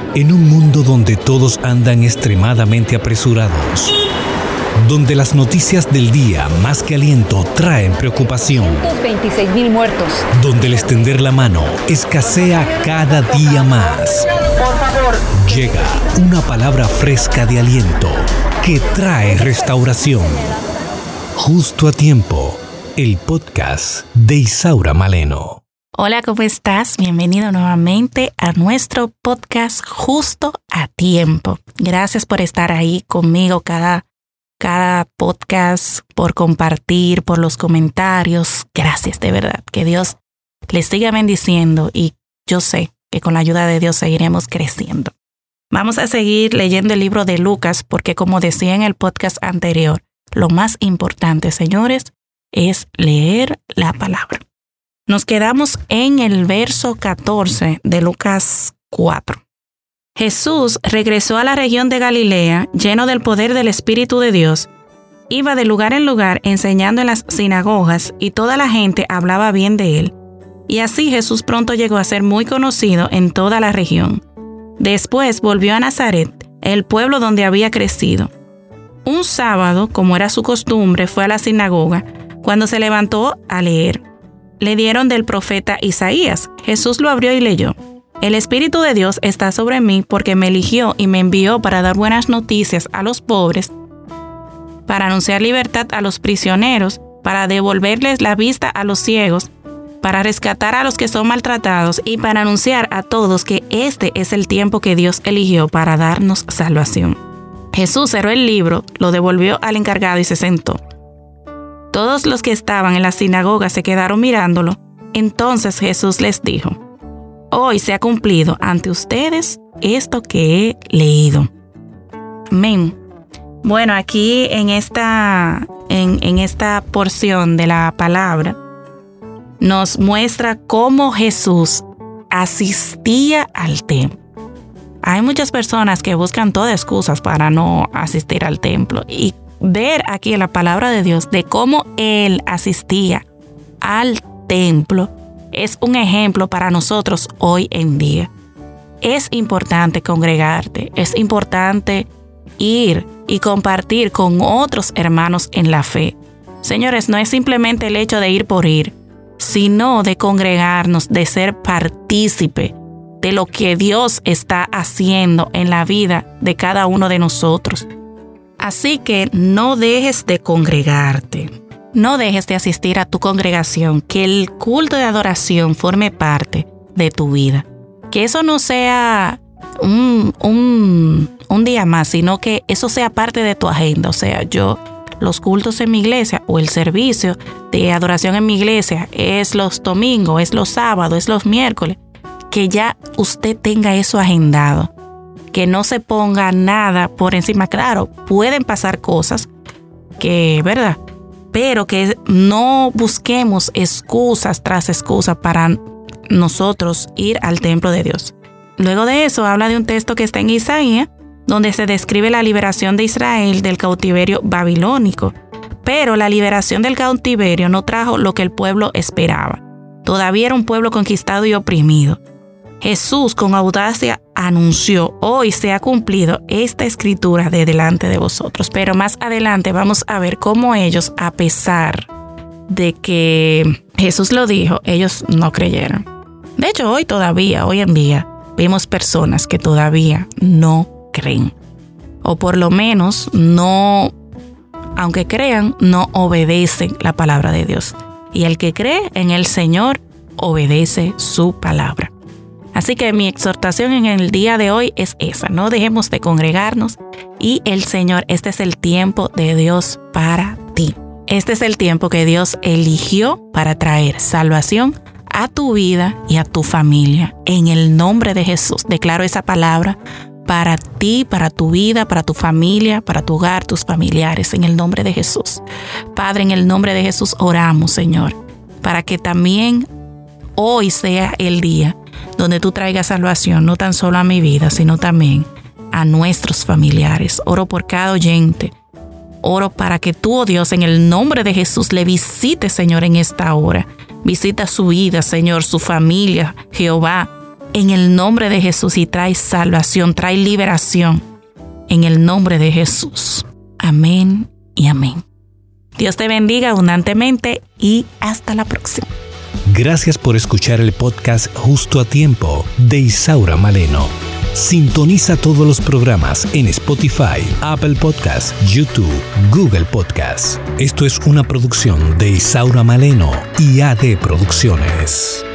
En un mundo donde todos andan extremadamente apresurados, donde las noticias del día más que aliento traen preocupación, 26,000 muertos, donde el extender la mano escasea cada día más, por favor, llega una palabra fresca de aliento que trae restauración. Justo a tiempo, el podcast de Isaura Maleno. Hola, ¿cómo estás? Bienvenido nuevamente a nuestro podcast Justo a Tiempo. Gracias por estar ahí conmigo cada podcast, por compartir, por los comentarios. Gracias, de verdad. Que Dios les siga bendiciendo y yo sé que con la ayuda de Dios seguiremos creciendo. Vamos a seguir leyendo el libro de Lucas porque, como decía en el podcast anterior, lo más importante, señores, es leer la palabra. Nos quedamos en el verso 14 de Lucas 4. Jesús regresó a la región de Galilea, lleno del poder del Espíritu de Dios. Iba de lugar en lugar enseñando en las sinagogas y toda la gente hablaba bien de él. Y así Jesús pronto llegó a ser muy conocido en toda la región. Después volvió a Nazaret, el pueblo donde había crecido. Un sábado, como era su costumbre, fue a la sinagoga. Cuando se levantó a leer, le dieron del profeta Isaías. Jesús lo abrió y leyó. El Espíritu de Dios está sobre mí porque me eligió y me envió para dar buenas noticias a los pobres, para anunciar libertad a los prisioneros, para devolverles la vista a los ciegos, para rescatar a los que son maltratados y para anunciar a todos que este es el tiempo que Dios eligió para darnos salvación. Jesús cerró el libro, lo devolvió al encargado y se sentó. Todos los que estaban en la sinagoga se quedaron mirándolo. Entonces Jesús les dijo: hoy se ha cumplido ante ustedes esto que he leído. Amén. Bueno, aquí en esta porción de la palabra nos muestra cómo Jesús asistía al templo. Hay muchas personas que buscan todas excusas para no asistir al templo, y ver aquí en la palabra de Dios de cómo Él asistía al templo es un ejemplo para nosotros hoy en día. Es importante congregarte, es importante ir y compartir con otros hermanos en la fe. Señores, no es simplemente el hecho de ir por ir, sino de congregarnos, de ser partícipe de lo que Dios está haciendo en la vida de cada uno de nosotros. Así que no dejes de congregarte, no dejes de asistir a tu congregación, que el culto de adoración forme parte de tu vida. Que eso no sea un día más, sino que eso sea parte de tu agenda. O sea, los cultos en mi iglesia o el servicio de adoración en mi iglesia es los domingos, es los sábados, es los miércoles. Que ya usted tenga eso agendado. Que no se ponga nada por encima. Claro, pueden pasar cosas ¿verdad? Pero que no busquemos excusas tras excusas para nosotros ir al templo de Dios. Luego de eso habla de un texto que está en Isaías, donde se describe la liberación de Israel del cautiverio babilónico. Pero la liberación del cautiverio no trajo lo que el pueblo esperaba. Todavía era un pueblo conquistado y oprimido. Jesús con audacia anunció: hoy se ha cumplido esta escritura de delante de vosotros. Pero más adelante vamos a ver cómo ellos, a pesar de que Jesús lo dijo, ellos no creyeron. De hecho, hoy en día, vemos personas que todavía no creen. O por lo menos no, aunque crean, no obedecen la palabra de Dios. Y el que cree en el Señor obedece su palabra. Así que mi exhortación en el día de hoy es esa: no dejemos de congregarnos y el Señor, este es el tiempo de Dios para ti. Este es el tiempo que Dios eligió para traer salvación a tu vida y a tu familia. En el nombre de Jesús, declaro esa palabra para ti, para tu vida, para tu familia, para tu hogar, tus familiares, en el nombre de Jesús. Padre, en el nombre de Jesús oramos, Señor, para que también hoy sea el día donde tú traigas salvación, no tan solo a mi vida, sino también a nuestros familiares. Oro por cada oyente. Oro para que tú, oh Dios, en el nombre de Jesús, le visites, Señor, en esta hora. Visita su vida, Señor, su familia, Jehová. en el nombre de Jesús y trae salvación, trae liberación en el nombre de Jesús. Amén y amén. Dios te bendiga abundantemente y hasta la próxima. Gracias por escuchar el podcast Justo a Tiempo de Isaura Maleno. Sintoniza todos los programas en Spotify, Apple Podcasts, YouTube, Google Podcasts. Esto es una producción de Isaura Maleno y AD Producciones.